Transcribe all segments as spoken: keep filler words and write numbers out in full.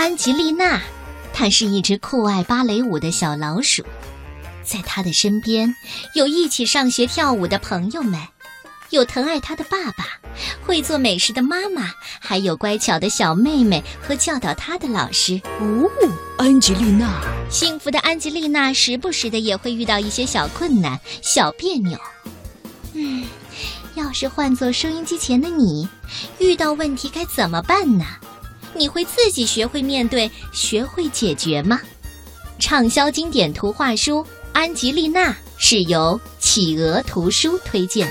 安吉丽娜，她是一只酷爱芭蕾舞的小老鼠。在她的身边有一起上学跳舞的朋友们，有疼爱她的爸爸，会做美食的妈妈，还有乖巧的小妹妹和教导她的老师。 哦，安吉丽娜。 幸福的安吉丽娜时不时的也会遇到一些小困难、小别扭。嗯，要是换做收音机前的你，遇到问题该怎么办呢？你会自己学会面对，学会解决吗？畅销经典图画书《安吉丽娜》是由企鹅图书推荐。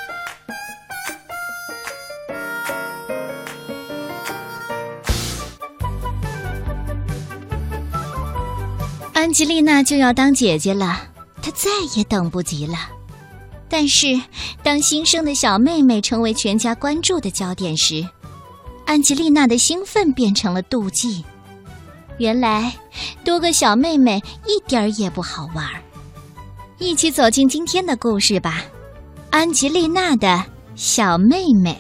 安吉丽娜就要当姐姐了，她再也等不及了。但是，当新生的小妹妹成为全家关注的焦点时，安吉丽娜的兴奋变成了妒忌。原来，多个小妹妹一点儿也不好玩。一起走进今天的故事吧，安吉丽娜的小妹妹。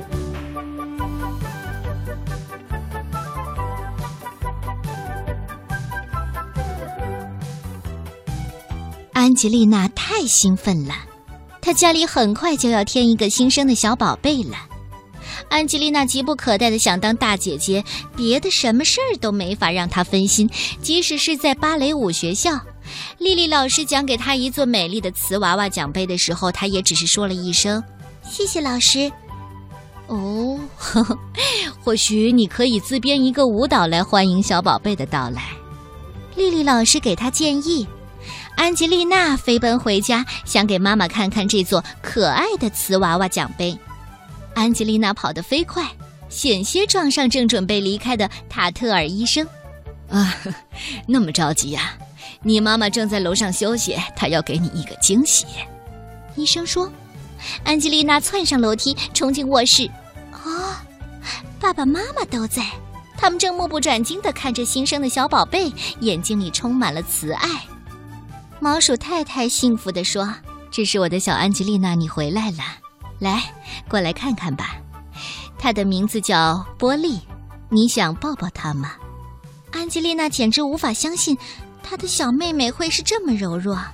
安吉丽娜太兴奋了，她家里很快就要添一个新生的小宝贝了。安吉丽娜急不可待地想当大姐姐，别的什么事儿都没法让她分心，即使是在芭蕾舞学校，丽丽老师讲给她一座美丽的瓷娃娃奖杯的时候，她也只是说了一声谢谢老师。哦，呵呵，或许你可以自编一个舞蹈来欢迎小宝贝的到来。丽丽老师给她建议。安吉丽娜飞奔回家，想给妈妈看看这座可爱的瓷娃娃奖杯。安吉丽娜跑得飞快，险些撞上正准备离开的塔特尔医生。 啊，那么着急呀？你妈妈正在楼上休息，她要给你一个惊喜。 医生说。安吉丽娜窜上楼梯，冲进卧室。哦，爸爸妈妈都在，他们正目不转睛地看着新生的小宝贝，眼睛里充满了慈爱。毛鼠太太幸福地说，这是我的小安吉丽娜，你回来了，来，过来看看吧。她的名字叫波利，你想抱抱她吗？安吉丽娜简直无法相信，她的小妹妹会是这么柔弱。啊，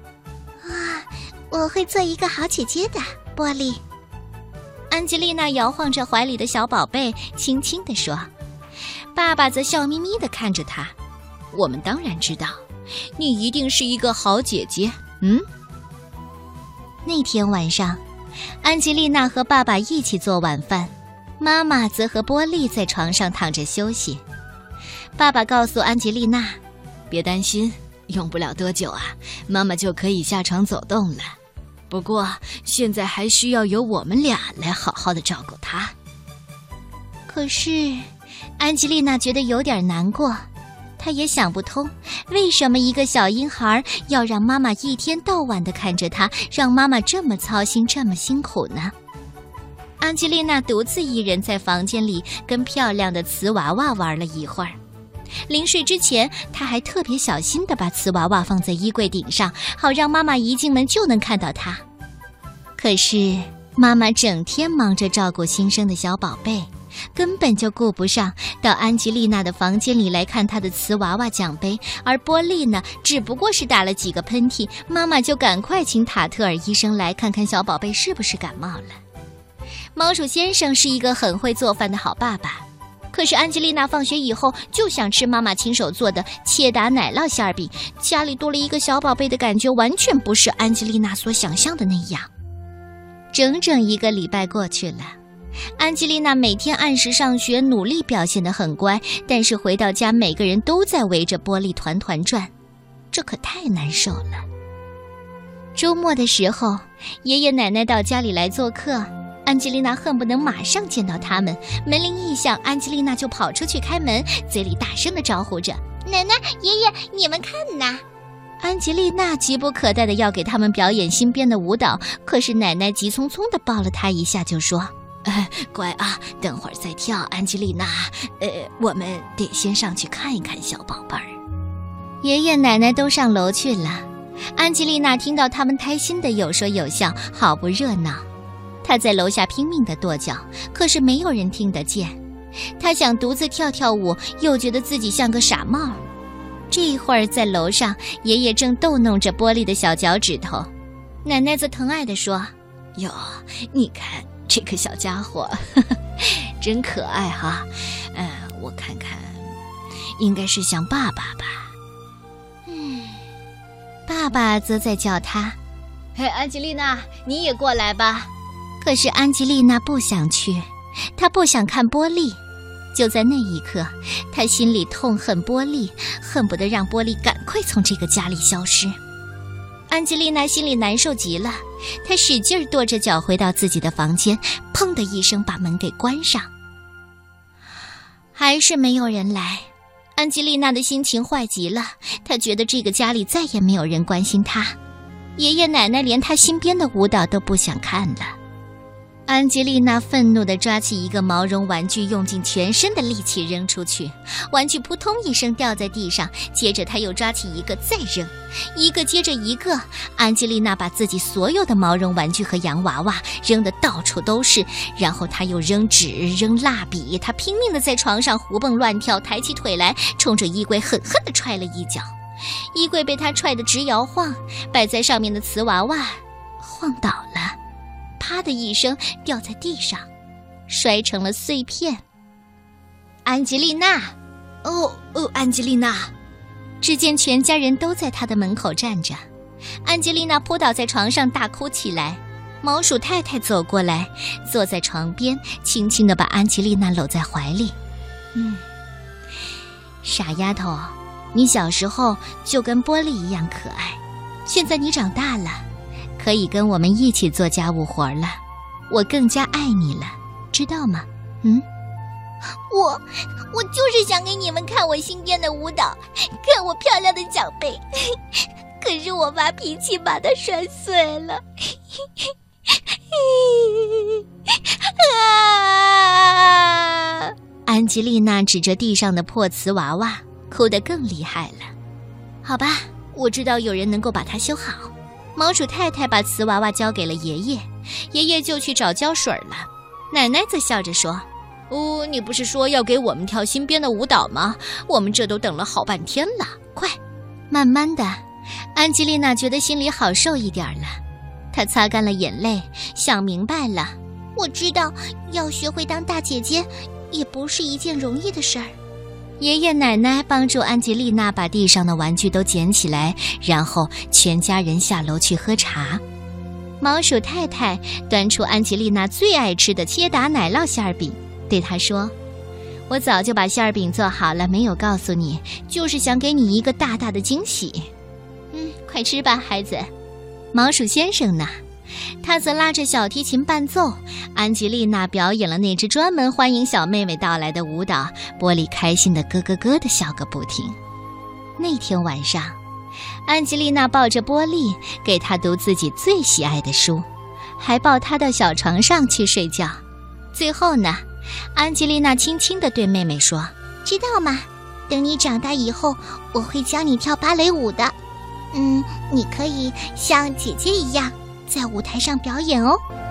我会做一个好姐姐的，波利。安吉丽娜摇晃着怀里的小宝贝，轻轻地说。爸爸则笑眯眯地看着她，我们当然知道，你一定是一个好姐姐，嗯？那天晚上，安吉丽娜和爸爸一起做晚饭，妈妈则和波利在床上躺着休息。爸爸告诉安吉丽娜， 别担心，用不了多久啊，妈妈就可以下床走动了。不过，现在还需要由我们俩来好好的照顾她。 可是，安吉丽娜觉得有点难过。她也想不通，为什么一个小婴孩要让妈妈一天到晚地看着她，让妈妈这么操心，这么辛苦呢？安吉丽娜独自一人在房间里跟漂亮的瓷娃娃玩了一会儿。临睡之前，她还特别小心地把瓷娃娃放在衣柜顶上，好让妈妈一进门就能看到她。可是，妈妈整天忙着照顾新生的小宝贝，根本就顾不上到安吉丽娜的房间里来看她的瓷娃娃奖杯，而波利呢，只不过是打了几个喷嚏，妈妈就赶快请塔特尔医生来看看小宝贝是不是感冒了。猫鼠先生是一个很会做饭的好爸爸，可是安吉丽娜放学以后就想吃妈妈亲手做的切达奶酪馅饼，家里多了一个小宝贝的感觉完全不是安吉丽娜所想象的那样。整整一个礼拜过去了，安吉丽娜每天按时上学，努力表现得很乖，但是回到家每个人都在围着波利团团转，这可太难受了。周末的时候，爷爷奶奶到家里来做客，安吉丽娜恨不能马上见到他们，门铃一响，安吉丽娜就跑出去开门，嘴里大声地招呼着，奶奶爷爷你们看呐。安吉丽娜急不可待地要给他们表演新编的舞蹈，可是奶奶急匆匆地抱了她一下就说， 呃，乖啊，等会儿再跳，安吉丽娜，呃，我们得先上去看一看小宝贝儿。 爷爷奶奶都上楼去了，安吉丽娜听到他们开心的有说有笑，好不热闹。她在楼下拼命地跺脚，可是没有人听得见。 他想独自跳跳舞，又觉得自己像个傻帽。这会儿在楼上，爷爷正逗弄着玻璃的小脚趾头，奶奶则疼爱地说： 哟，你看这个小家伙呵呵真可爱哈。嗯、呃，我看看，应该是像爸爸吧。 嗯，爸爸则在叫他： 嘿，安吉丽娜，你也过来吧。 可是安吉丽娜不想去，她不想看波莉。就在那一刻，她心里痛恨波莉，恨不得让波莉赶快从这个家里消失。安吉丽娜心里难受极了，她使劲跺着脚回到自己的房间，砰的一声把门给关上。还是没有人来，安吉丽娜的心情坏极了，她觉得这个家里再也没有人关心她，爷爷奶奶连她新编的舞蹈都不想看了。安吉丽娜愤怒地抓起一个毛绒玩具，用尽全身的力气扔出去，玩具扑通一声掉在地上，接着她又抓起一个再扔，一个接着一个。安吉丽娜把自己所有的毛绒玩具和洋娃娃扔得到处都是，然后她又扔纸扔蜡笔，她拼命地在床上胡蹦乱跳，抬起腿来冲着衣柜狠狠地踹了一脚，衣柜被她踹得直摇晃，摆在上面的瓷娃娃晃倒了，啪的一声掉在地上，摔成了碎片。安吉丽娜， 哦哦，安吉丽娜！ 只见全家人都在她的门口站着。安吉丽娜扑倒在床上大哭起来。毛鼠太太走过来，坐在床边，轻轻地把安吉丽娜搂在怀里。嗯，傻丫头，你小时候就跟波莉一样可爱，现在你长大了，可以跟我们一起做家务活了，我更加爱你了，知道吗？嗯， 我我就是想给你们看我新编的舞蹈，看我漂亮的脚背，可是我发脾气把它摔碎了。 啊！安吉丽娜指着地上的破瓷娃娃，哭得更厉害了。好吧，我知道有人能够把它修好。毛鼠太太把瓷娃娃交给了爷爷，爷爷就去找胶水了。奶奶则笑着说：哦，你不是说要给我们跳新编的舞蹈吗？我们这都等了好半天了，快！慢慢的，安吉丽娜觉得心里好受一点了，她擦干了眼泪，想明白了。 我知道要学会当大姐姐也不是一件容易的事儿。 爷爷奶奶帮助安吉丽娜把地上的玩具都捡起来，然后全家人下楼去喝茶。毛鼠太太端出安吉丽娜最爱吃的切达奶酪馅儿饼，对她说：我早就把馅儿饼做好了，没有告诉你，就是想给你一个大大的惊喜。嗯，快吃吧，孩子。毛鼠先生呢？他则拉着小提琴伴奏，安吉丽娜表演了那支专门欢迎小妹妹到来的舞蹈，波莉开心的咯咯咯地笑个不停。那天晚上，安吉丽娜抱着波莉，给她读自己最喜爱的书，还抱她到小床上去睡觉。最后呢，安吉丽娜轻轻地对妹妹说： 知道吗？等你长大以后，我会教你跳芭蕾舞的。嗯，你可以像姐姐一样在舞台上表演哦。